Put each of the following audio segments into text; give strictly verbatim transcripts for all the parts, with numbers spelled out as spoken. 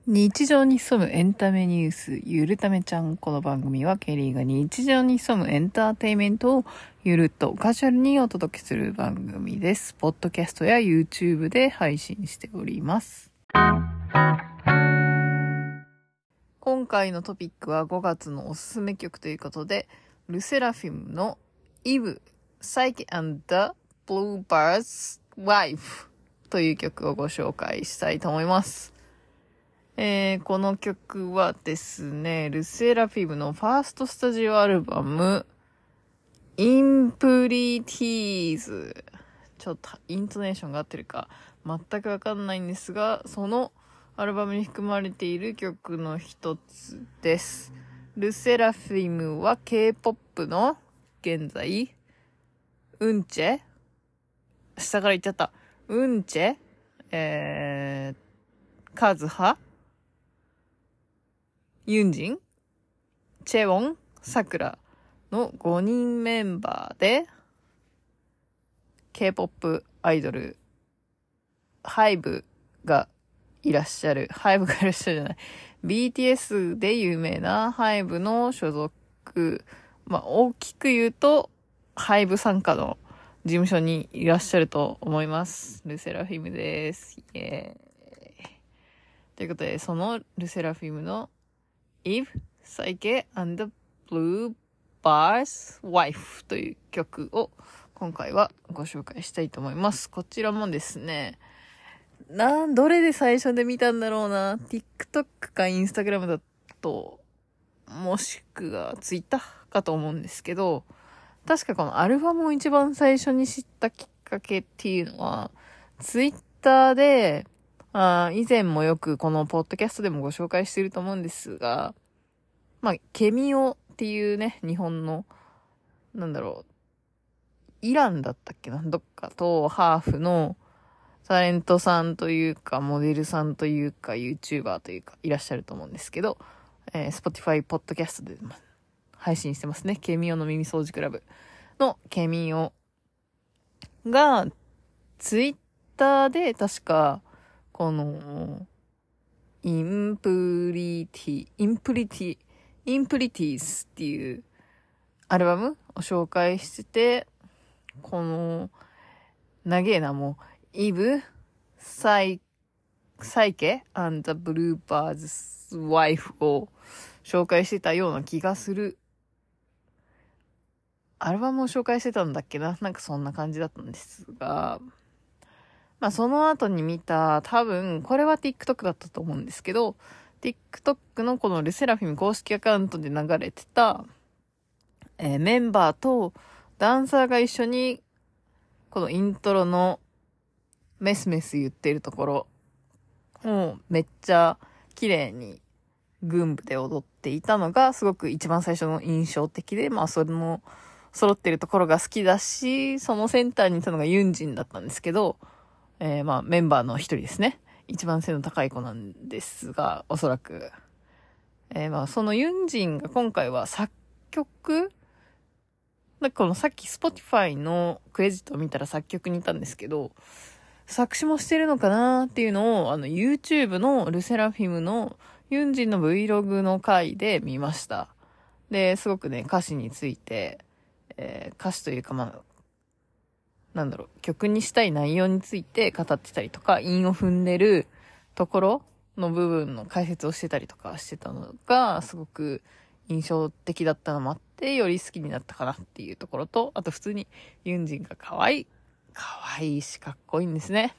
日常に潜むエンタメニュース、ゆるためちゃん。この番組はケリーが日常に潜むエンターテインメントをゆるっとカジュアルにお届けする番組です。ポッドキャストや YouTube で配信しております。今回のトピックはごがつのおすすめ曲ということで、ルセラフィムの Eve, Psyche and the Bluebird's Wife という曲をご紹介したいと思います。えー、この曲はですね、ルセラフィムのファーストスタジオアルバム、インプリティーズ。ちょっとイントネーションが合ってるか全くわかんないんですが、そのアルバムに含まれている曲の一つです。ルセラフィムは K-ポップ の現在、うんちぇ下から言っちゃった。うんちぇえー、カズハユンジン、チェウォン、サクラのごにんメンバーで K-ポップ アイドルハイブがいらっしゃるハイブがいらっしゃるじゃない ビーティーエス で有名なハイブの所属、まあ大きく言うとハイブ傘下の事務所にいらっしゃると思います。ルセラフィムです。イエーイ。ということで、そのルセラフィムのEve, Psyche and the Bluebird's Wife という曲を今回はご紹介したいと思います。こちらもですね、なん、どれで最初で見たんだろうな。TikTok か Instagram だと、もしくは Twitter かと思うんですけど、確かこのアルバムを一番最初に知ったきっかけっていうのは、Twitter で、あ以前もよくこのポッドキャストでもご紹介していると思うんですが、まあ、ケミオっていうね、日本の、なんだろう、イランだったっけな、どっかとハーフのタレントさんというか、モデルさんというか、YouTuber というか、いらっしゃると思うんですけど、えー、Spotify ポッドキャストで配信してますね。ケミオの耳掃除クラブのケミオが、Twitter で確か、この、インプリティ、インプリティ、インプリティーズっていうアルバムを紹介してて、この、長えな、もう、イブ、サイ、サイケ and the Bluebird's Wife を紹介してたような気がする。アルバムを紹介してたんだっけな、なんかそんな感じだったんですが、まあその後に見た、多分、これは TikTok だったと思うんですけど、TikTok のこのルセラフィム公式アカウントで流れてた、えー、メンバーとダンサーが一緒に、このイントロのメスメス言ってるところをめっちゃ綺麗に群舞で踊っていたのがすごく一番最初の印象的で、まあそれも揃ってるところが好きだし、そのセンターにいたのがユンジンだったんですけど、えー、まあメンバーの一人ですね。一番背の高い子なんですが、おそらく。えー、まあそのユンジンが今回は作曲なんかこのさっき Spotify のクレジットを見たら作曲にいたんですけど、作詞もしてるのかなっていうのを、あの YouTube のルセラフィムのユンジンの Vlog の回で見ました。で、すごくね、歌詞について、えー、歌詞というかまあ、なんだろう、曲にしたい内容について語ってたりとか、韻を踏んでるところの部分の解説をしてたりとかしてたのが、すごく印象的だったのもあって、より好きになったかなっていうところと、あと普通にユンジンが可愛い。可愛いしかっこいいんですね。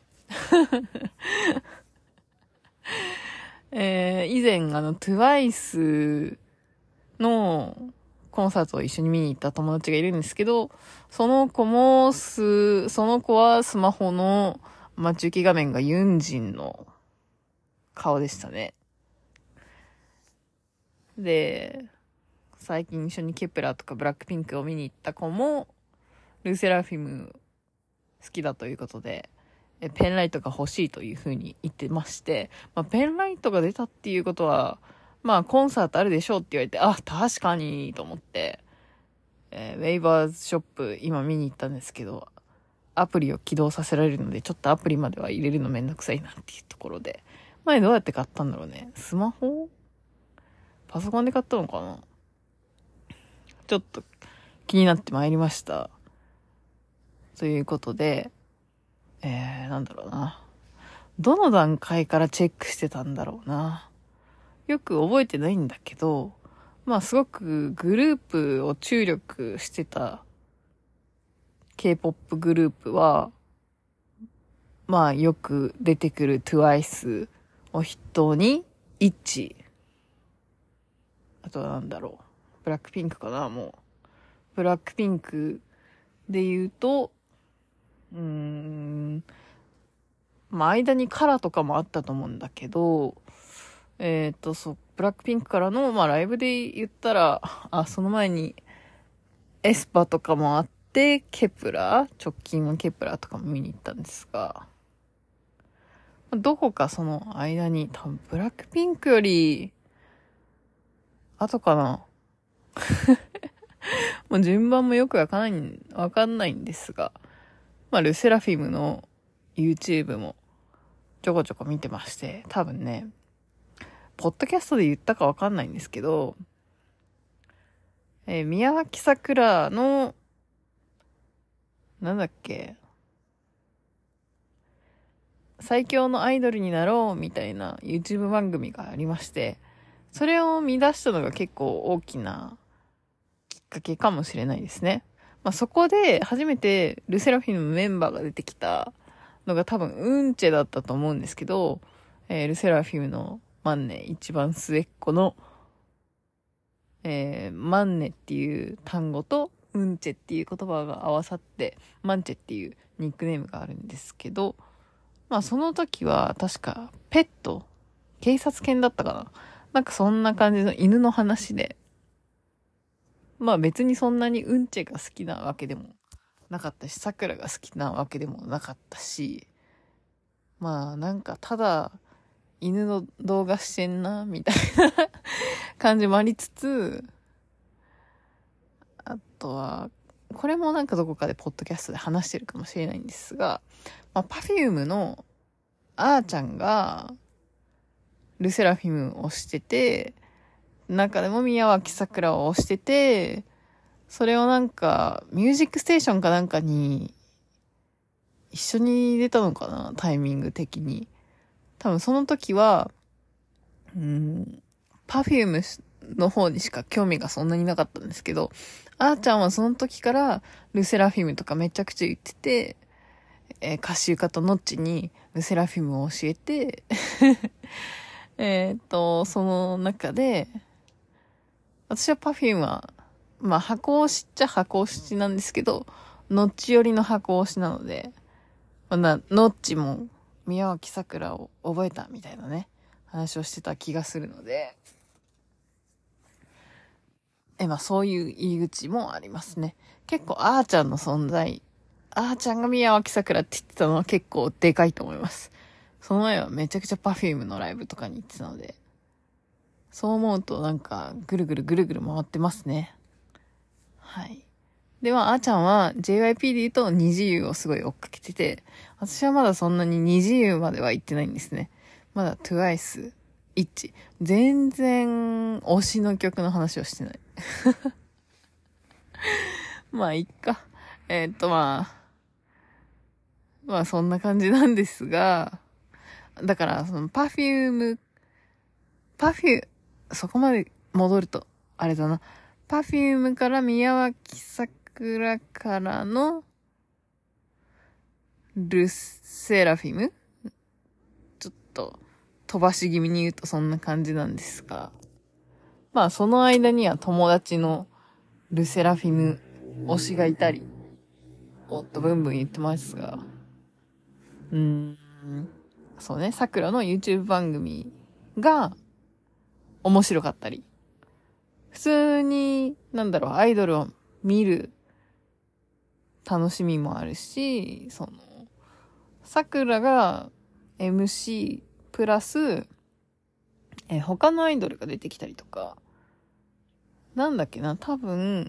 えー、以前あの トゥワイス のコンサートを一緒に見に行った友達がいるんですけど、その子もす、その子はスマホの待ち受け画面がユンジンの顔でしたね。で、最近一緒にケプラーとかブラックピンクを見に行った子も、ルセラフィム好きだということで、えペンライトが欲しいという風に言ってまして、まあ、ペンライトが出たっていうことは、まあコンサートあるでしょうって言われて、あ、確かにと思って、えー、ウェイバーズショップ今見に行ったんですけど、アプリを起動させられるので、ちょっとアプリまでは入れるのめんどくさいなっていうところで、 前どうやって買ったんだろうね。スマホ？パソコンで買ったのかな？ちょっと気になってまいりました。ということで、えー、なんだろうな。どの段階からチェックしてたんだろうな。よく覚えてないんだけど、まあすごくグループを注力してた K-ポップ グループは、まあよく出てくる トゥワイス を筆頭に、イッチ。あとはなんだろう。ブラックピンクかな、もう。ブラックピンクで言うと、うーん、まあ間にカラーとかもあったと思うんだけど、えっと、そう、ブラックピンクからの、まあライブで言ったら、あ、その前に、エスパとかもあって、ケプラー、直近のケプラーとかも見に行ったんですが、どこかその間に、多分ブラックピンクより、後かな。もう順番もよくわかんない、わかんないんですが、まあルセラフィムの YouTube もちょこちょこ見てまして、多分ね、ポッドキャストで言ったかわかんないんですけど、えー、宮脇さくらの、なんだっけ、最強のアイドルになろうみたいな YouTube 番組がありまして、それを見出したのが結構大きなきっかけかもしれないですね。まあ、そこで初めてルセラフィムのメンバーが出てきたのが多分ウンチェだったと思うんですけど、えー、ルセラフィムのマンネ一番末っ子の、えー、マンネっていう単語とウンチェっていう言葉が合わさってマンチェっていうニックネームがあるんですけど、まあその時は確かペット、警察犬だったかな、なんかそんな感じの犬の話で、まあ別にそんなにうんちェが好きなわけでもなかったし、桜が好きなわけでもなかったし、まあなんかただ犬の動画してんな、みたいな感じもありつつ、あとは、これもなんかどこかでポッドキャストで話してるかもしれないんですが、まあ、Perfume のあーちゃんがルセラフィムをしてて、中でも宮脇さくらを推してて、それをなんか、ミュージックステーションかなんかに、一緒に出たのかな、タイミング的に。多分その時は、うん、パフュームの方にしか興味がそんなになかったんですけど、あーちゃんはその時からルセラフィムとかめちゃくちゃ言ってて、えー、歌集家とノッチにルセラフィムを教えて、えっと、その中で、私はパフュームは、まあ箱推しっちゃ箱推しなんですけど、ノッチ寄りの箱推しなので、まあ、なノッチも宮脇さくらを覚えたみたいなね、話をしてた気がするので、え、まあそういう入り口もありますね。結構あーちゃんの存在、あーちゃんが宮脇さくらって言ってたのは結構でかいと思います。その前はめちゃくちゃ Perfume のライブとかに行ってたので、そう思うとなんかぐるぐるぐるぐる回ってますね。はい。では、あーちゃんは ジェイワイピー で言うと二次優をすごい追っかけてて、私はまだそんなに二次優までは行ってないんですね。まだ トゥワイス、イッチ。全然推しの曲の話をしてない。まあ、いっか。えー、っと、まあ、まあそんな感じなんですが、だから、その Perfume、Perfume、そこまで戻ると、あれだな。Perfume から宮脇さくらからのルセラフィム、ちょっと飛ばし気味に言うとそんな感じなんですが、まあその間には友達のルセラフィム推しがいたり、おっとブンブン言ってますが、うーん、そうね、桜の YouTube 番組が面白かったり、普通に、なんだろう、アイドルを見る楽しみもあるし、その、桜が エムシー プラス、え、他のアイドルが出てきたりとか、なんだっけな、多分、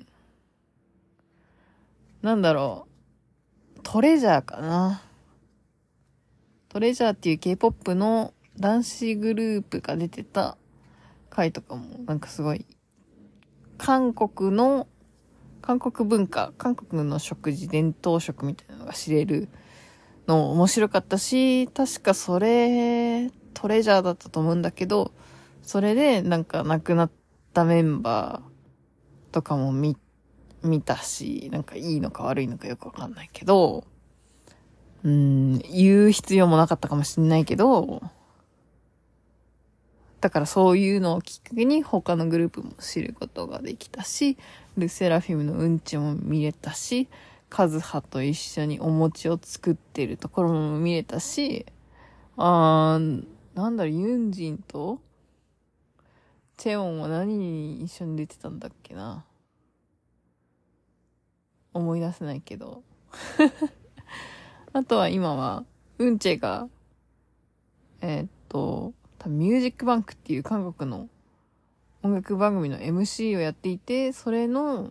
なんだろう、トレジャーかな。トレジャーっていう K-ポップ の男子グループが出てた回とかもなんかすごい韓国の韓国文化、韓国の食事、伝統食みたいなのが知れるの面白かったし、確かそれトレジャーだったと思うんだけど、それでなんか亡くなったメンバーとかも見見たし、なんかいいのか悪いのかよくわかんないけど、うーん、言う必要もなかったかもしんないけど、だからそういうのをきっかけに他のグループも知ることができたし、ルセラフィムのうんちも見れたし、カズハと一緒にお餅を作ってるところも見れたし、あー、なんだろ、ユンジンとチェオンは何に一緒に出てたんだっけな。思い出せないけど。あとは今は、ウンチェが、えーっと、多分ミュージックバンクっていう韓国の音楽番組の エムシー をやっていて、それの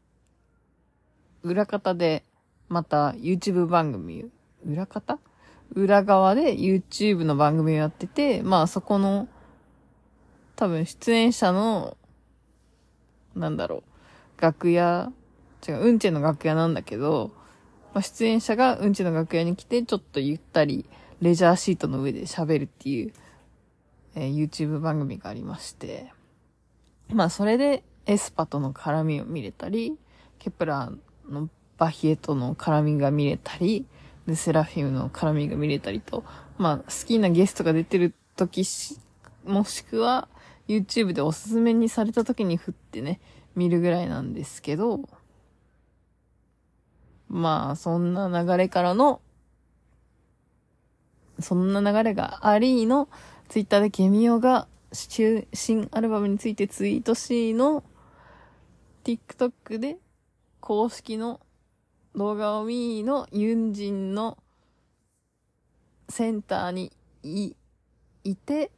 裏方でまた YouTube 番組、裏方裏側で YouTube の番組をやってて、まあそこの多分出演者の、なんだろう、楽屋、違う、うんちの楽屋なんだけど、まあ、出演者がうんちの楽屋に来て、ちょっとゆったり、レジャーシートの上で喋るっていう、えー、YouTube 番組がありまして、まあそれでエスパとの絡みを見れたり、ケプラーのバヒエとの絡みが見れたり、でセラフィムの絡みが見れたりと、まあ好きなゲストが出てる時し、もしくは YouTube でおすすめにされた時に振ってね、見るぐらいなんですけど、まあそんな流れからの、そんな流れがありの、ツイッターでケミオが新アルバムについてツイートしの、TikTok で公式の動画を見のユンジンのセンターにい、いて、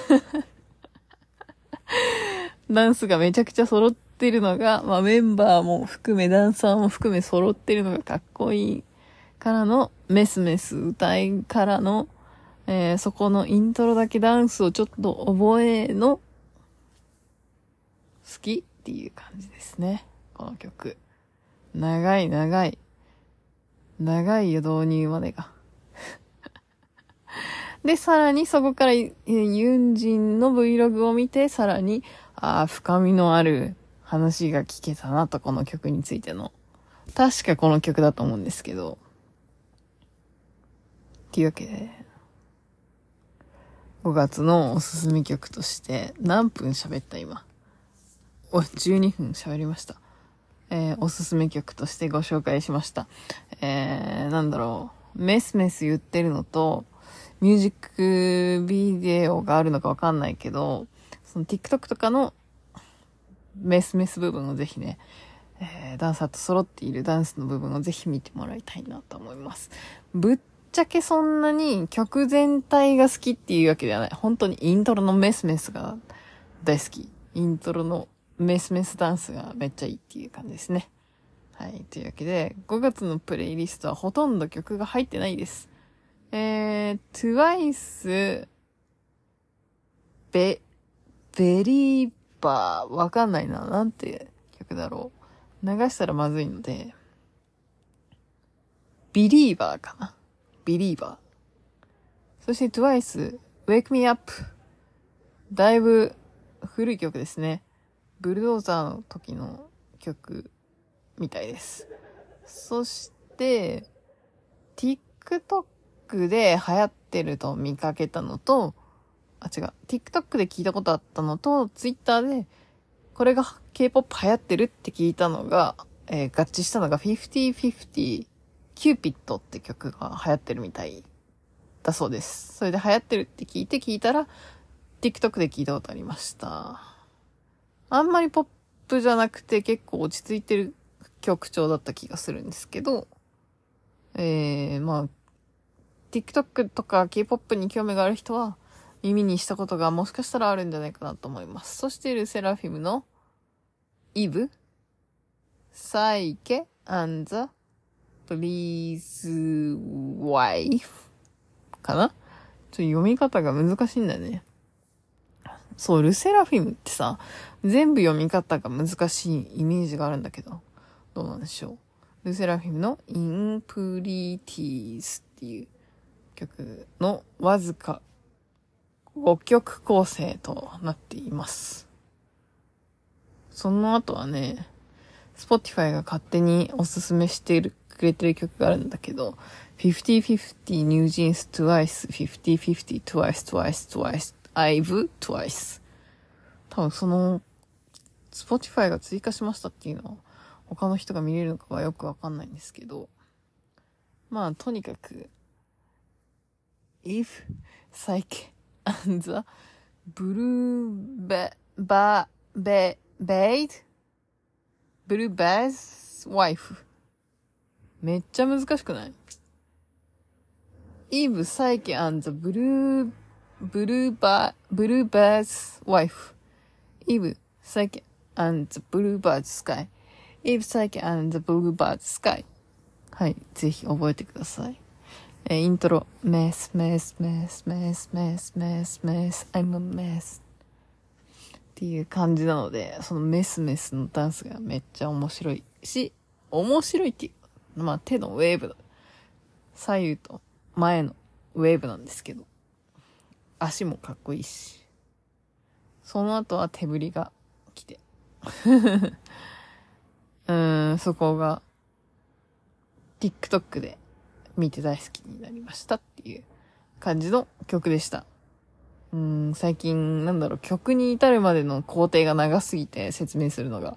ダンスがめちゃくちゃ揃ってるのが、まあメンバーも含め、ダンサーも含め揃ってるのがかっこいいからの、メスメス歌いからの、えー、そこのイントロだけダンスをちょっと覚えの、好きっていう感じですね。この曲。長い長い。長いよ、導入までが。で、さらにそこからユンジンの Vlog を見て、さらに、ああ、深みのある話が聞けたなと、この曲についての。確かこの曲だと思うんですけど。っていうわけで、ごがつのおすすめ曲として、何分喋った今。お、じゅうにふん喋りました。えー、おすすめ曲としてご紹介しました。えー、なんだろう。メスメス言ってるのと、ミュージックビデオがあるのかわかんないけど、その TikTok とかのメスメス部分をぜひね、えー、ダンサーと揃っているダンスの部分をぜひ見てもらいたいなと思います。ぶっちゃけそんなに曲全体が好きっていうわけではない。本当にイントロのメスメスが大好き。イントロのメスメスダンスがめっちゃいいっていう感じですね。はい。というわけで、ごがつのプレイリストはほとんど曲が入ってないです。えー、TWICE、ベ、ベリーバー、わかんないな。なんて曲だろう。流したらまずいので、ビリーバーかな。ビリーバー。そして TWICE、Wake Me Up。だいぶ古い曲ですね。ブルドーザーの時の曲みたいです。そして、TikTok で流行ってると見かけたのと、あ、違う。TikTok で聞いたことあったのと、Twitter でこれが K-ポップ 流行ってるって聞いたのが、えー、合致したのがフィフティーフィフティー キューピッドって曲が流行ってるみたいだそうです。それで流行ってるって聞いて聞いたら、TikTok で聞いたことありました。あんまりポップじゃなくて結構落ち着いてる曲調だった気がするんですけど、えー、まあ、TikTok とか K-ポップ に興味がある人は耳にしたことがもしかしたらあるんじゃないかなと思います。そしてルセラフィムのイブ、サイケ、アンザ、プリーズ、ワイフかなっちょっと読み方が難しいんだよね。そう、ルセラフィムってさ、全部読み方が難しいイメージがあるんだけど、どうなんでしょう。ルセラフィムのインプリティーズっていう曲のわずかごきょく構成となっています。その後はね、Spotify が勝手におすすめしてるくれてる曲があるんだけど、フィフティーフィフティー New Jeans Twice、フィフティーフィフティー Twice Twice Twice、I've Twice。多分その、Spotify が追加しましたっていうのは、他の人が見れるのかはよくわかんないんですけど、まあ、とにかく、If, Psyche, and the Blue Ba, Ba, Ba, Bade, Blue Bass Wife。めっちゃ難しくない？ Eve, Psyche, and the Blue, Blue Ba, Blue Bass Wife。Eve, Psyche, and the Bluebird Sky。Eve, Psyche, and the Bluebird Sky。はい、ぜひ覚えてください。えー、イントロ、メスメスメスメスメスメスメス I'm a mess っていう感じなので、そのメスメスのダンスがめっちゃ面白いし、面白いっていう、まあ手のウェーブだ。左右と前のウェーブなんですけど、足もかっこいいし、その後は手振りが来て、うーん、そこが TikTok で見て大好きになりましたっていう感じの曲でした。うーん、最近なんだろう、曲に至るまでの工程が長すぎて説明するのが。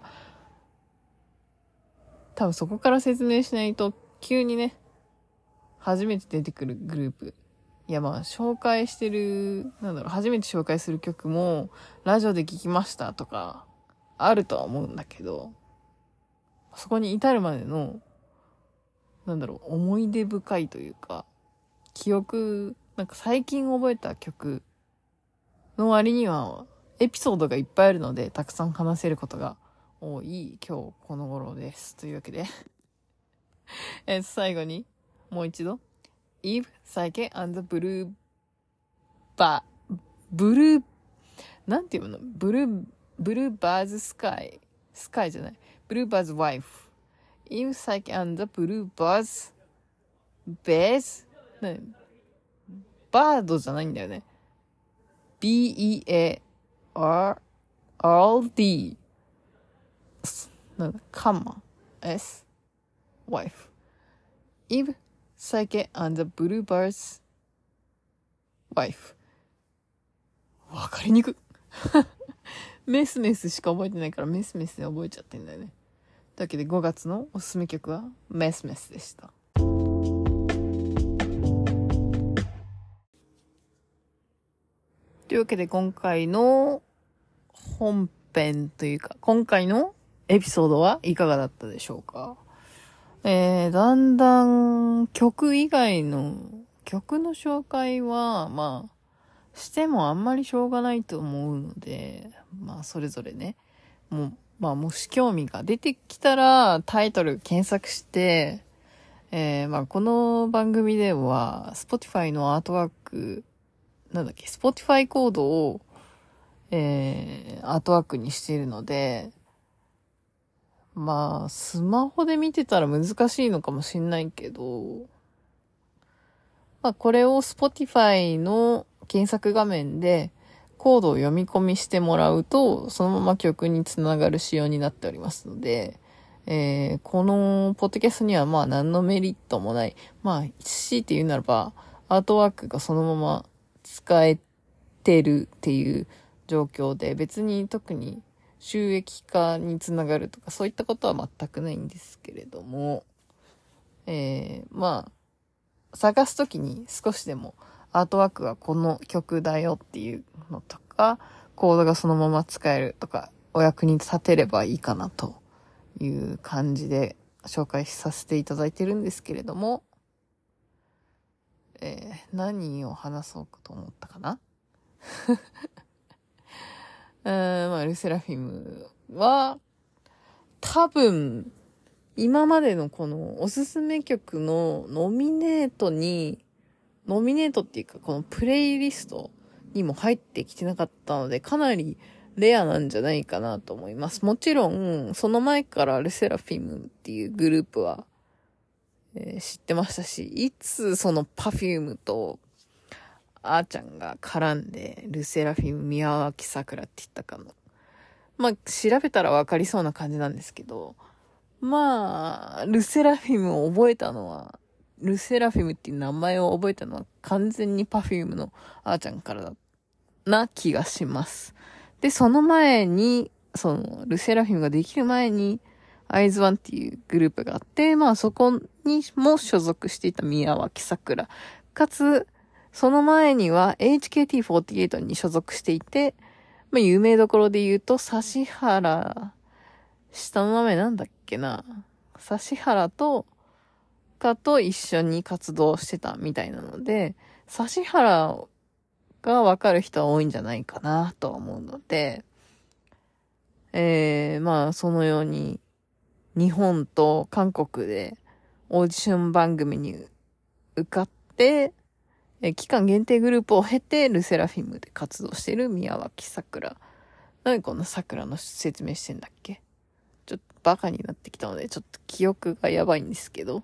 多分そこから説明しないと急にね、初めて出てくるグループ。いやまあ紹介してる、なんだろう、初めて紹介する曲もラジオで聞きましたとかあるとは思うんだけど、そこに至るまでのなんだろう、思い出深いというか、記憶、なんか最近覚えた曲の割には、エピソードがいっぱいあるので、たくさん話せることが多い今日この頃です。というわけで、えー、最後に、もう一度、Eve, Psyche, and the Blue, Ba, Blue, なんていうの？ブルー、ブルーバーズスカイ、スカイじゃない、ブルーバーズワイフ。Eve, Psyche, and the Blue Birds, Bears? ね、バードじゃないんだよね。ビーイーエーアールアールディー なんだ、カンマ S wife Eve, Psyche, and the Blue Birds wife。 わかりにくメスメスしか覚えてないからメスメスで覚えちゃってんだよね。というわけでごがつのおすすめ曲はメスメスでした。というわけで今回の本編というか今回のエピソードはいかがだったでしょうか。えー、だんだん曲以外の曲の紹介はまあしてもあんまりしょうがないと思うので、まあそれぞれね、もうまあもし興味が出てきたらタイトル検索して、えー、まあこの番組では Spotify のアートワーク、なんだっけ、Spotify コードを、えー、アートワークにしているので、まあスマホで見てたら難しいのかもしんないけど、まあこれを Spotify の検索画面でコードを読み込みしてもらうと、そのまま曲につながる仕様になっておりますので、えー、このポッドキャストにはまあ何のメリットもない。まあ、強いて言うならば、アートワークがそのまま使えてるっていう状況で、別に特に収益化につながるとか、そういったことは全くないんですけれども、えー、まあ、探すときに少しでもアートワークはこの曲だよっていうのとか、コードがそのまま使えるとか、お役に立てればいいかなという感じで紹介させていただいてるんですけれども、えー、何を話そうかと思ったかなうーん、まあ、ルセラフィムは、多分、今までのこのおすすめ曲のノミネートにノミネートっていうか、このプレイリストにも入ってきてなかったので、かなりレアなんじゃないかなと思います。もちろん、その前からルセラフィムっていうグループは、えー知ってましたし、いつそのパフュームとあーちゃんが絡んで、ルセラフィム宮脇さくらって言ったかの。まあ、調べたらわかりそうな感じなんですけど、まあ、ルセラフィムを覚えたのは、ルセラフィムっていう名前を覚えたのは完全にパフュームのあーちゃんからだな気がします。で、その前に、その、ルセラフィムができる前に、アイズワンっていうグループがあって、まあそこにも所属していた宮脇さくら。かつ、その前には エイチケーティーフォーティーエイト に所属していて、まあ有名どころで言うと、指原、下の名前なんだっけな。指原と、かと一緒に活動してたみたいなので、指原がわかる人は多いんじゃないかなとは思うので、えー、まあそのように、日本と韓国でオーディション番組に受かって、え期間限定グループを経てルセラフィムで活動している宮脇さくら。なんでこんなさくらの説明してんだっけ？ちょっとバカになってきたので、ちょっと記憶がやばいんですけど。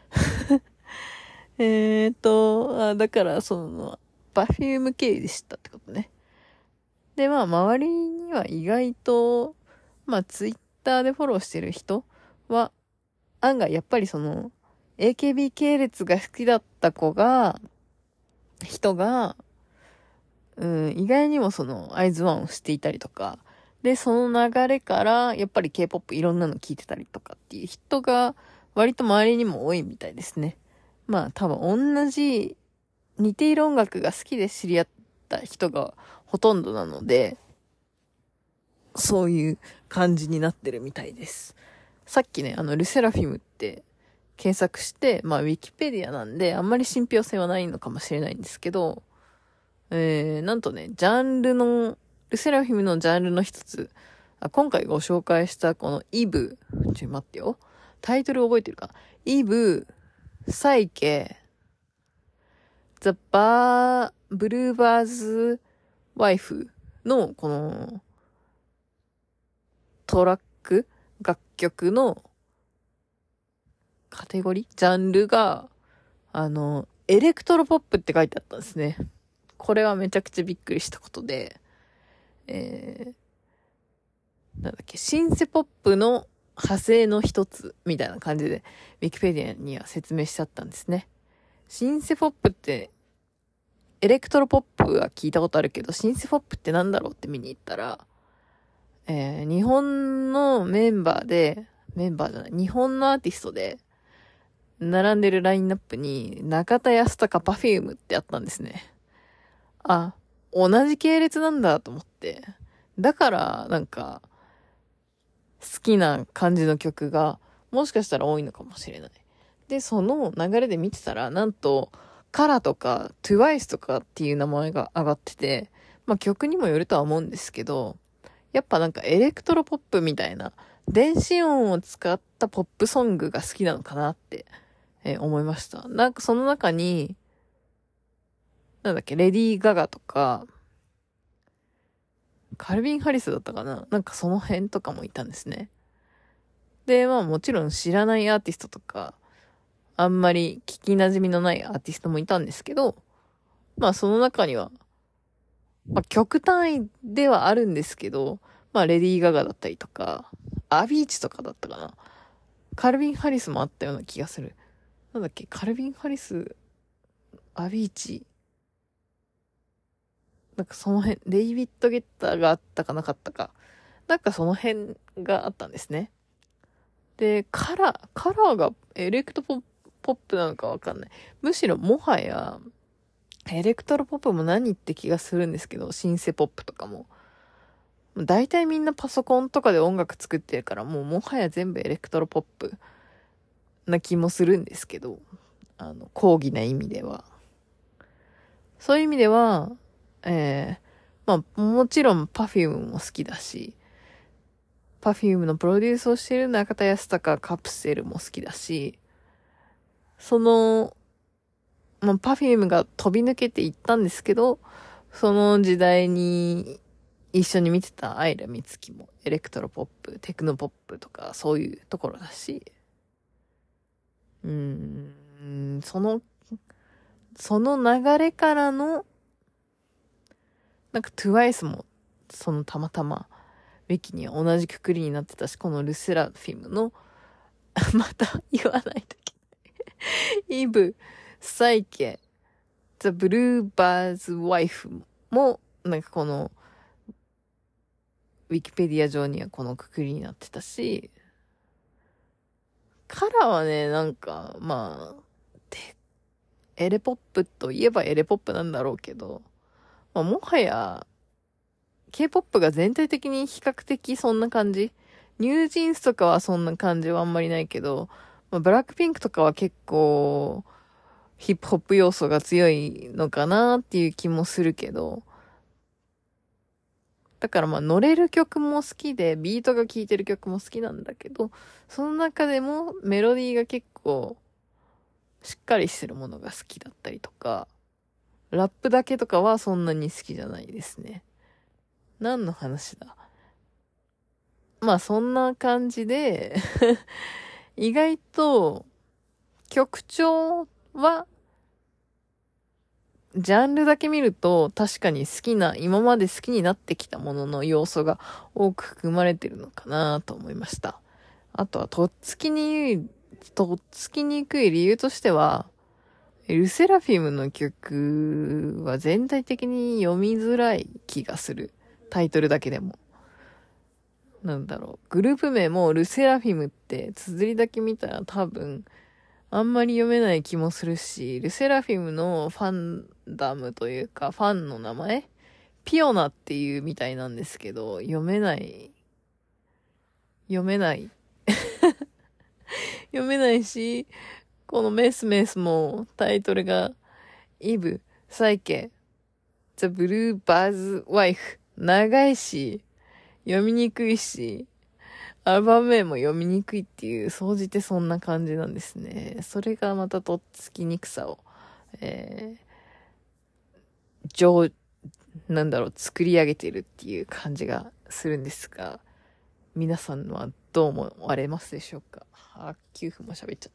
えーと、あ、だからその、パフューム経由で知ったってことね。で、まあ周りには意外と、まあツイッターでフォローしてる人は、案外やっぱりその、エーケービー 系列が好きだった子が、人が、うん、意外にもその、アイズワンをしていたりとか、で、その流れから、やっぱり K-ポップ いろんなの聞いてたりとかっていう人が、割と周りにも多いみたいですね。まあ多分同じ、似ている音楽が好きで知り合った人がほとんどなので、そういう感じになってるみたいです。さっきね、あの、ルセラフィムって検索して、まあ、ウィキペディアなんで、あんまり信憑性はないのかもしれないんですけど、えー、なんとね、ジャンルの、ルセラフィムのジャンルの一つ、あ今回ご紹介したこのイブ、ちょ、待ってよ。タイトル覚えてるかな？イブ、サイケ、ザ・バー、ブルーバーズ・ワイフのこのトラック、楽曲のカテゴリージャンルが、あの、エレクトロポップって書いてあったんですね。これはめちゃくちゃびっくりしたことで、えー、なんだっけ、シンセポップの派生の一つみたいな感じで、ウィキペディアには説明しちゃったんですね。シンセポップって、エレクトロポップは聞いたことあるけど、シンセポップってなんだろうって見に行ったら、えー、日本のメンバーで、メンバーじゃない、日本のアーティストで、並んでるラインナップに、中田康隆パフュームってあったんですね。あ、同じ系列なんだと思って。だから、なんか、好きな感じの曲が、もしかしたら多いのかもしれない。で、その流れで見てたら、なんと、カラとか、トゥワイスとかっていう名前が上がってて、まあ曲にもよるとは思うんですけど、やっぱなんかエレクトロポップみたいな、電子音を使ったポップソングが好きなのかなって、えー思いました。なんかその中に、なんだっけ、レディー・ガガとか、カルビン・ハリスだったかな？なんかその辺とかもいたんですね。で、まあもちろん知らないアーティストとか、あんまり聞き馴染みのないアーティストもいたんですけど、まあその中には、まあ曲単位ではあるんですけど、まあレディー・ガガだったりとか、アビーチとかだったかな。カルビン・ハリスもあったような気がする。なんだっけ、カルビン・ハリス、アビーチ、なんかその辺、デイビッド・ゲッターがあったかなかったか。なんかその辺があったんですね。で、カラー、カラーがエレクトポポップなのかわかんない。むしろもはや、エレクトロポップも何って気がするんですけど、シンセポップとかも。大体みんなパソコンとかで音楽作ってるから、もうもはや全部エレクトロポップな気もするんですけど、あの、講義な意味では。そういう意味では、えー、まあ、もちろん Perfume も好きだし、Perfume のプロデュースをしている中田康隆カプセルも好きだし、その、 まあ、パフュームが飛び抜けていったんですけど、その時代に一緒に見てたアイラミツキもエレクトロポップ、テクノポップとかそういうところだし、うーん、その、その流れからの、なんかトゥワイスも、そのたまたま、ウィキには同じくくりになってたし、このルセラフィムの、また言わないといけない。イブ、サイケ、ザ・ブルーバーズ・ワイフも、なんかこの、ウィキペディア上にはこのくくりになってたし、カラーはね、なんか、まあ、で、エレポップといえばエレポップなんだろうけど、まあ、もはや、K-ポップ が全体的に比較的そんな感じ。ニュージーンスとかはそんな感じはあんまりないけど、まあ、ブラックピンクとかは結構、ヒップホップ要素が強いのかなっていう気もするけど、だからまあ乗れる曲も好きで、ビートが聴いてる曲も好きなんだけど、その中でもメロディーが結構しっかりしてるものが好きだったりとか、ラップだけとかはそんなに好きじゃないですね。何の話だ？まあそんな感じで意外と曲調はジャンルだけ見ると確かに好きな、今まで好きになってきたものの要素が多く含まれてるのかなと思いました。あとはとっつきに、とっつきにくい理由としては、ルセラフィムの曲は全体的に読みづらい気がする。タイトルだけでも。なんだろう。グループ名もルセラフィムって綴りだけ見たら多分あんまり読めない気もするし、ルセラフィムのファンダムというか、ファンの名前ピオナっていうみたいなんですけど、読めない。読めない。読めないし、このメスメスもタイトルが、イブ、サイケ、ザ・ブルーバーズ・ワイフ。長いし、読みにくいし、アルバム名も読みにくいっていう、総じてそんな感じなんですね。それがまたとっつきにくさを、えー、上、なんだろう、作り上げているっていう感じがするんですが、皆さんはどう思われますでしょうか？あ、きゅうふんも喋っちゃった。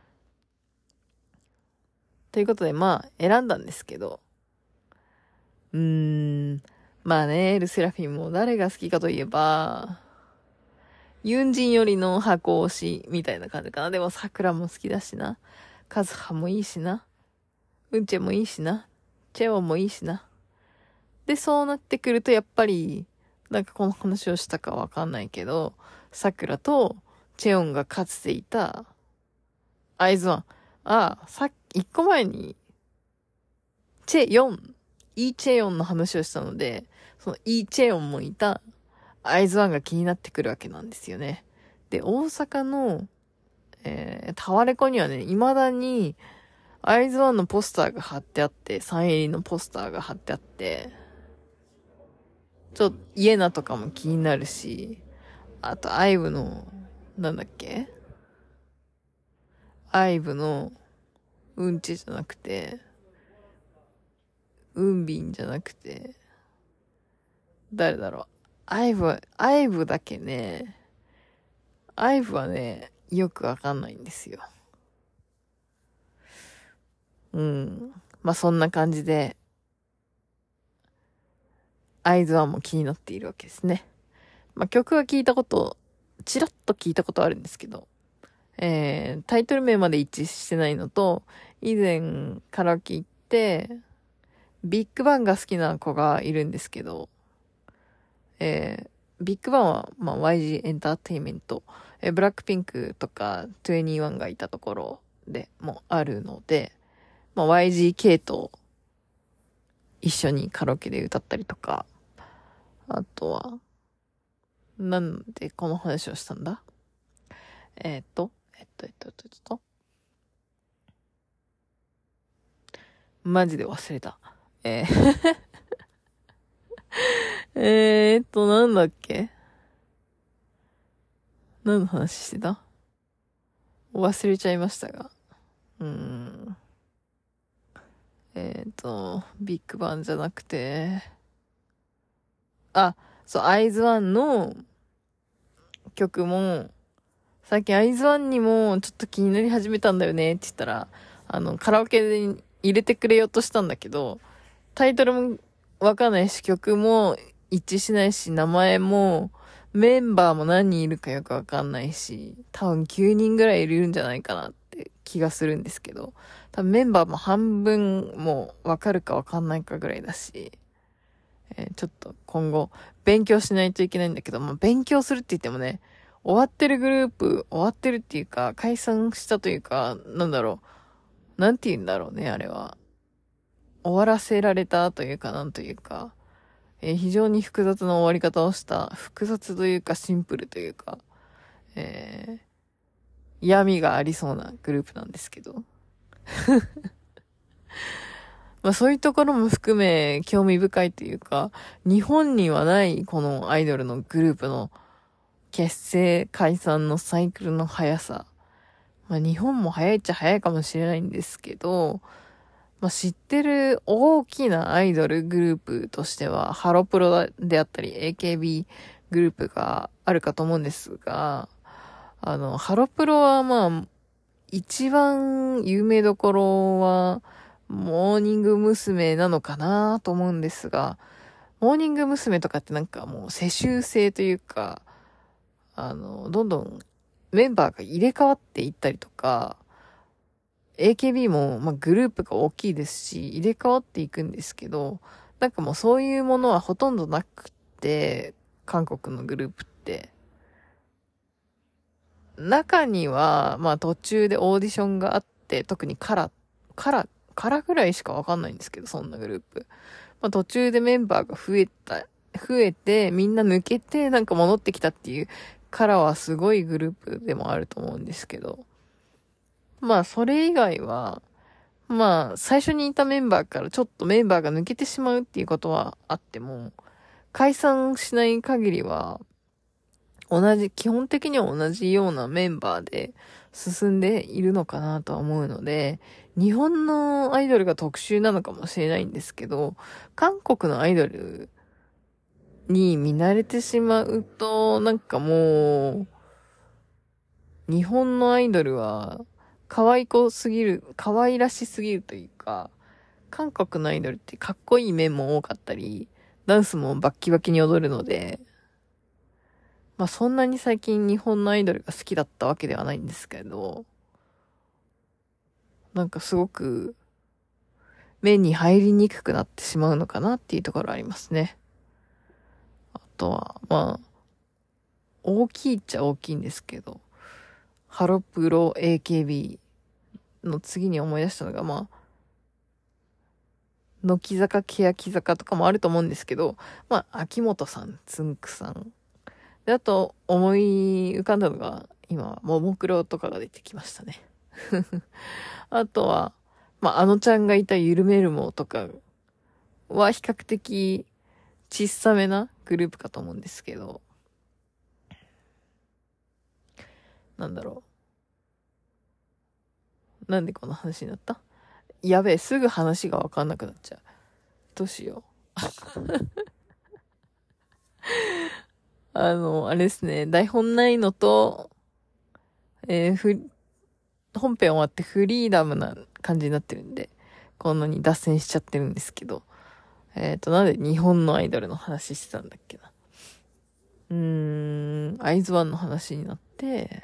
ということで、まあ、選んだんですけど、うーん、まあね、ルセラフィムも誰が好きかといえば、ユンジンよりの箱推しみたいな感じかな。でも桜も好きだしな。カズハもいいしな。ウンチェもいいしな。チェオンもいいしな。で、そうなってくるとやっぱり、なんかこの話をしたかわかんないけど、桜とチェオンがかつていた、アイズワン。ああ、さっき、一個前に、チェヨン、イーチェヨンの話をしたので、そのイーチェヨンもいた、アイズワンが気になってくるわけなんですよね。で、大阪の、えー、タワレコにはね、未だに、アイズワンのポスターが貼ってあって、サイン入りのポスターが貼ってあって、ちょっと、イエナとかも気になるし、あと、アイブの、なんだっけアイブの、うんちじゃなくて、うんびんじゃなくて、誰だろう。アイブは、アイブだけね、アイブはね、よくわかんないんですよ。うん。まあ、そんな感じで、アイズワンも気になっているわけですね。まあ、曲は聞いたこと、ちらっと聞いたことあるんですけど、えー、タイトル名まで一致してないのと、以前カラオケ行って、ビッグバンが好きな子がいるんですけど、えー、ビッグバンは、まあ、ワイジー エンターテインメント、えー、ブラックピンクとかにじゅういちがいたところでもあるので、まあ、ワイジー 系と一緒にカラオケで歌ったりとか、あとは、なんでこの話をしたんだえー、っと、えっと、えっと、えっと、えっと、マジで忘れた。えーえーっと、なんだっけ何の話してた忘れちゃいましたが。うーん。 えっと、ビッグバンじゃなくて、あ、そう、アイズワンの曲も、最近アイズワンにもちょっと気になり始めたんだよねって言ったら、あの、カラオケで入れてくれようとしたんだけど、タイトルもわかんないし、曲も一致しないし、名前も、メンバーも何人いるかよくわかんないし、多分きゅうにんぐらいいるんじゃないかなって気がするんですけど、多分メンバーも半分もわかるかわかんないかぐらいだし、えーちょっと今後勉強しないといけないんだけど、まあ、勉強するって言ってもね、終わってるグループ、終わってるっていうか、解散したというか、なんだろう、なんて言うんだろうね、あれは。終わらせられたというか、なんというか、えー非常に複雑な終わり方をした、複雑というかシンプルというか、えー、闇がありそうなグループなんですけど。まあそういうところも含め興味深いというか、日本にはないこのアイドルのグループの結成解散のサイクルの速さ。まあ日本も早いっちゃ早いかもしれないんですけど、まあ知ってる大きなアイドルグループとしては、ハロプロであったり エーケービー グループがあるかと思うんですが、あの、ハロプロはまあ、一番有名どころは、モーニング娘。なのかなと思うんですが、モーニング娘。とかってなんかもう世襲制というか、あの、どんどんメンバーが入れ替わっていったりとか、エーケービー も、まあ、グループが大きいですし、入れ替わっていくんですけど、なんかもうそういうものはほとんどなくて、韓国のグループって。中には、まあ途中でオーディションがあって、特にカラ、カラ、カラぐらいしかわかんないんですけど、そんなグループ。まあ途中でメンバーが増えた、増えて、みんな抜けて、なんか戻ってきたっていう、カラはすごいグループでもあると思うんですけど。まあそれ以外は、まあ最初にいたメンバーからちょっとメンバーが抜けてしまうっていうことはあっても、解散しない限りは、同じ、基本的には同じようなメンバーで進んでいるのかなとは思うので、日本のアイドルが特殊なのかもしれないんですけど、韓国のアイドルに見慣れてしまうと、なんかもう、日本のアイドルは可愛子すぎる、可愛らしすぎるというか、韓国のアイドルってかっこいい面も多かったり、ダンスもバッキバキに踊るので、まあそんなに最近日本のアイドルが好きだったわけではないんですけど、なんかすごく目に入りにくくなってしまうのかなっていうところありますね。あとは、まあ、大きいっちゃ大きいんですけど、ハロプロ エーケービー の次に思い出したのが、まあ、乃木坂、欅坂とかもあると思うんですけど、まあ、秋元さん、つんくさん。で、あと、思い浮かんだのが、今、ももクロとかが出てきましたね。あとは、まあ、あのちゃんがいたゆるめるもとかは比較的小さめなグループかと思うんですけど、なんだろう。なんでこの話になった？やべえ、すぐ話がわかんなくなっちゃう。どうしよう。あの、あれですね、台本ないのと、えー、ふ、本編終わってフリーダムな感じになってるんで、こんなに脱線しちゃってるんですけど、えっと、なんで日本のアイドルの話してたんだっけな。うーん、アイズワンの話になって、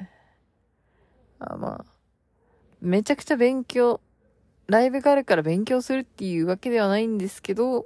あ、まあ、めちゃくちゃ勉強、ライブがあるから勉強するっていうわけではないんですけど、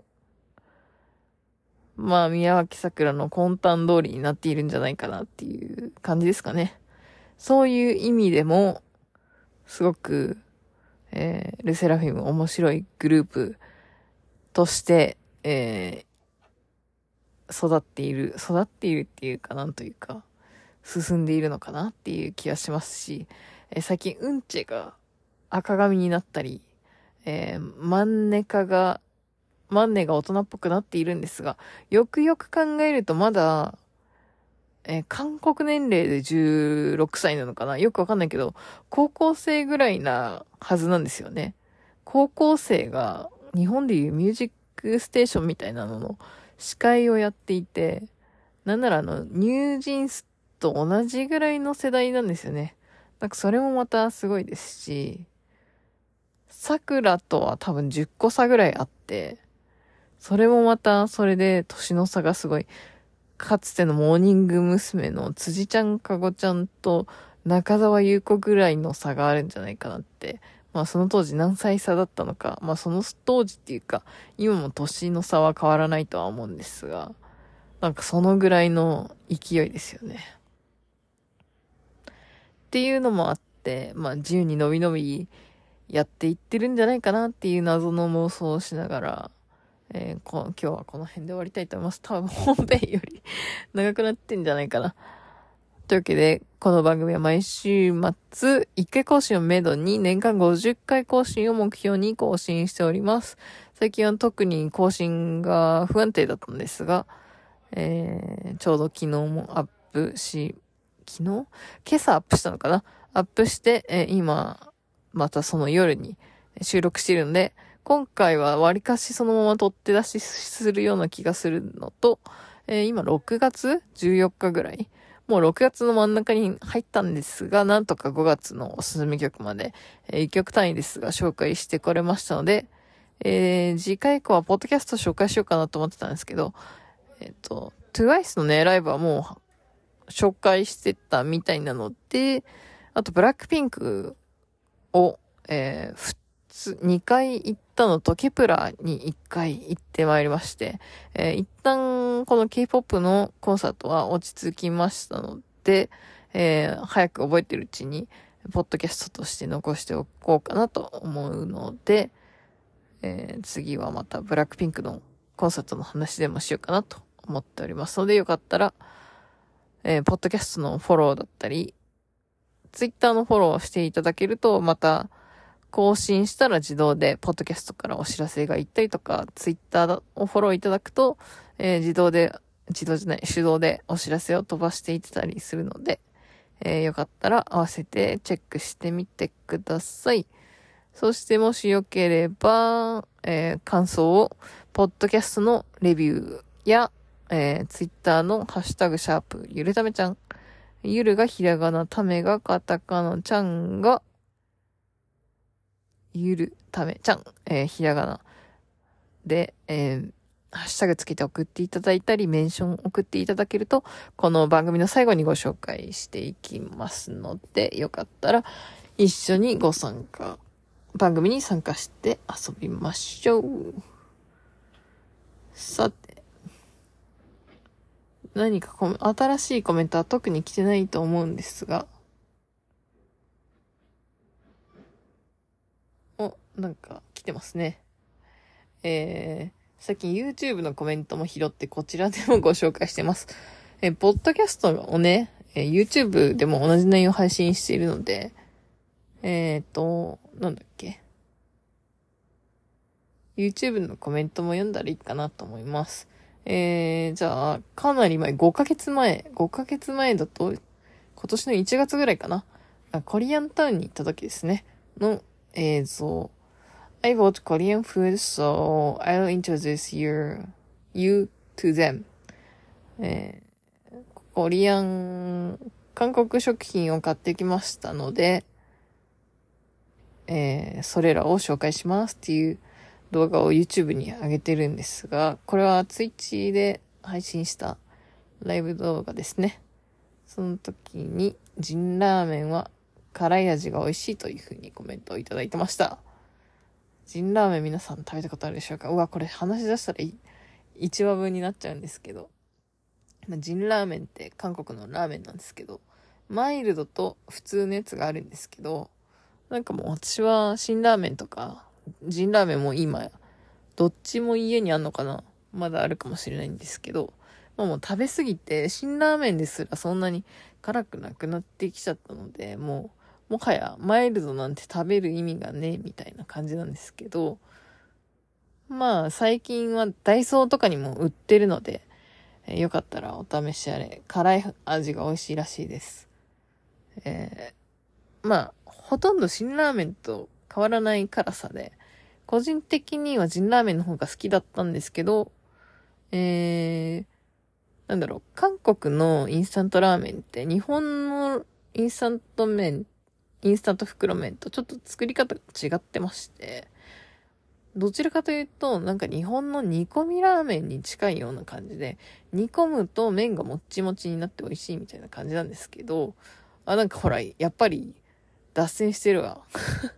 まあ、宮脇桜の魂胆通りになっているんじゃないかなっていう感じですかね。そういう意味でも、すごく、えー、ルセラフィム面白いグループとして、えー、育っている、育っているっていうかなんというか、進んでいるのかなっていう気がしますし、えー最近うんちが赤髪になったり、えー、マンネカが、マンネが大人っぽくなっているんですが、よくよく考えるとまだ、えー韓国年齢でじゅうろくさいなのかなよくわかんないけど、高校生ぐらいなはずなんですよね。高校生が日本でいうミュージックステーションみたいなのの司会をやっていて、なんならあの、ニュージーンズと同じぐらいの世代なんですよね。なんかそれもまたすごいですし、桜とは多分じゅっこ差ぐらいあって、それもまたそれで年の差がすごい。かつてのモーニング娘。の辻ちゃんかごちゃんと中澤優子ぐらいの差があるんじゃないかなって。まあその当時何歳差だったのか。まあその当時っていうか、今も年の差は変わらないとは思うんですが、なんかそのぐらいの勢いですよね。っていうのもあって、まあ自由にのびのびやっていってるんじゃないかなっていう謎の妄想をしながら、えー、こ今日はこの辺で終わりたいと思います。多分本編より長くなってんじゃないかな。というわけで、この番組は毎週末いっかい更新をめどに年間ごじゅっかい更新を目標に更新しております。最近は特に更新が不安定だったんですが、えー、ちょうど昨日もアップし、昨日今朝アップしたのかなアップして、えー、今、またその夜に収録しているので、今回は割かしそのまま取って出しするような気がするのと、えー、今ろくがつじゅうよっかぐらい、もうろくがつの真ん中に入ったんですが、なんとかごがつのおすすめ曲まで、えー、いっきょく単位ですが紹介してこれましたので、えー、次回以降はポッドキャスト紹介しようかなと思ってたんですけど、えっと、トゥワイスのね、ライブはもう紹介してたみたいなので、あとブラックピンクを、えー、ふにかい行ったのと、ケプラーにいっかい行ってまいりまして、えー、一旦この K-ポップ のコンサートは落ち着きましたので、えー、早く覚えてるうちに、ポッドキャストとして残しておこうかなと思うので、えー、次はまたブラックピンクのコンサートの話でもしようかなと思っておりますので、よかったら、えー、ポッドキャストのフォローだったり、ツイッターのフォローをしていただけると、また、更新したら自動で、ポッドキャストからお知らせが行ったりとか、ツイッターをフォローいただくと、えー、自動で、自動じゃない、手動でお知らせを飛ばしていってたりするので、えー、よかったら合わせてチェックしてみてください。そしてもしよければ、えー、感想を、ポッドキャストのレビューや、えー、ツイッターのハッシュタグシャープ、ゆるためちゃん。ゆるがひらがな、ためがカタカナ、ちゃんが、ゆるためちゃん、えー、ひらがなで、えー、ハッシュタグつけて送っていただいたり、メンション送っていただけると、この番組の最後にご紹介していきますので、よかったら一緒にご参加、番組に参加して遊びましょう。さて、何かコメ新しいコメントは特に来てないと思うんですが、お、なんか来てますね。えー、最近 YouTube のコメントも拾ってこちらでもご紹介してます。えー、ポッドキャストをね、えー、YouTube でも同じ内容を配信しているので、えーと、なんだっけ。YouTube のコメントも読んだらいいかなと思います。えー、じゃあ、かなり前、ごかげつまえ、ごかげつまえだと、今年のいちがつぐらいかな。コリアンタウンに行った時ですね。の映像。I bought Korean food, so I'll introduce you, you to them. えー、コリアン、韓国食品を買ってきましたので、えー、それらを紹介しますっていう動画を YouTube に上げてるんですが、これは Twitch で配信したライブ動画ですね。その時に、ジンラーメンは辛い味が美味しいという風にコメントをいただいてました。ジンラーメン皆さん食べたことあるでしょうか？うわ、これ話し出したらいちわぶんになっちゃうんですけど。ジンラーメンって韓国のラーメンなんですけど、マイルドと普通のやつがあるんですけど、なんかもう私は辛ラーメンとか、ジンラーメンも今、どっちも家にあんのかな？まだあるかもしれないんですけど、まあ、もう食べ過ぎて、辛ラーメンですらそんなに辛くなくなってきちゃったので、もう、もはやマイルドなんて食べる意味がねえみたいな感じなんですけど、まあ最近はダイソーとかにも売ってるので、えー、よかったらお試しあれ。辛い味が美味しいらしいです。えー、まあほとんど辛ラーメンと変わらない辛さで、 個人的には辛ラーメンの方が好きだったんですけど、えー、なんだろう、韓国のインスタントラーメンって日本のインスタント麺、インスタント袋麺とちょっと作り方が違ってまして、どちらかというと、なんか日本の煮込みラーメンに近いような感じで、煮込むと麺がもっちもちになって美味しいみたいな感じなんですけど、あ、なんかほら、やっぱり脱線してるわ。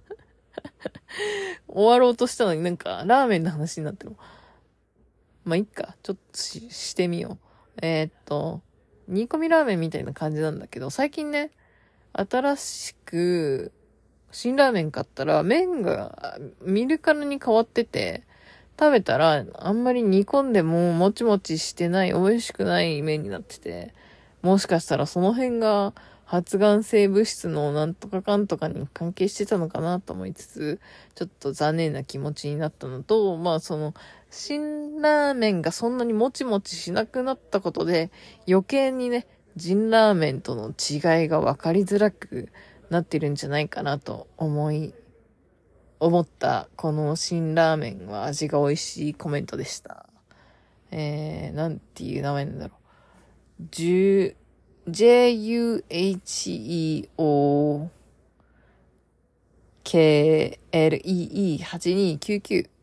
終わろうとしたのになんかラーメンの話になってる。まあ、いっか。ちょっとし、してみよう。えー、っと、煮込みラーメンみたいな感じなんだけど、最近ね、新しく、辛ラーメン買ったら、麺が見るからに変わってて、食べたら、あんまり煮込んでももちもちしてない、美味しくない麺になってて、もしかしたらその辺が発がん性物質のなんとかかんとかに関係してたのかなと思いつつ、ちょっと残念な気持ちになったのと、まあその、辛ラーメンがそんなにもちもちしなくなったことで、余計にね、辛ラーメンとの違いが分かりづらくなってるんじゃないかなと思い、思ったこの辛ラーメンは味が美味しいコメントでした。えー、なんていう名前なんだろう。ジュ、ジェイユーエイチイーオーケーエルイーイーはちにきゅうきゅう。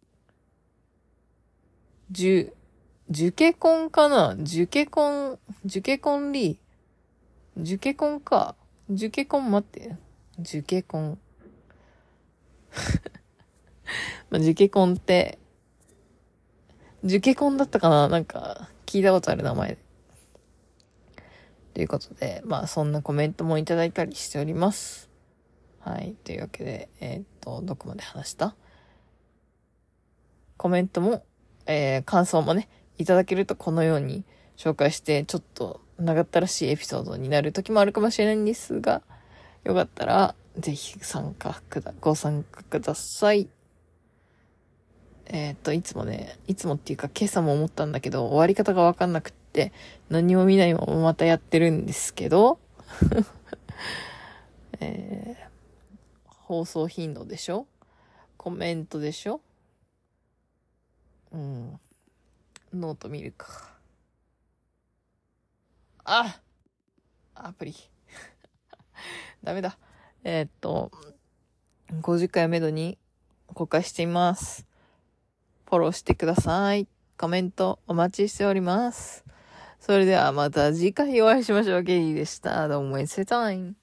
ジュ、ジュケコンかなジュケコン、ジュケコンリー。ジュケコンか。ジュケコン待って。ジュケコン。まあ、ジュケコンって、ジュケコンだったかななんか、聞いたことある名前で。ということで、まあ、そんなコメントもいただいたりしております。はい。というわけで、えーっと、どこまで話したコメントも、えー、感想もね、いただけるとこのように紹介して、ちょっと長ったらしいエピソードになる時もあるかもしれないんですが、よかったら、ぜひ参加くだ、ご参加ください。えーっと、いつもね、いつもっていうか今朝も思ったんだけど、終わり方がわかんなくって、何も見ないまままたやってるんですけど、えー、放送頻度でしょ？コメントでしょ？うん。ノート見るか。あ！アプリ。ダメだ。えーっと、ごじゅっかいをめどに公開しています。フォローしてください。コメントお待ちしております。それではまた次回お会いしましょう。ゲリーでした。どうも、エッセタイム。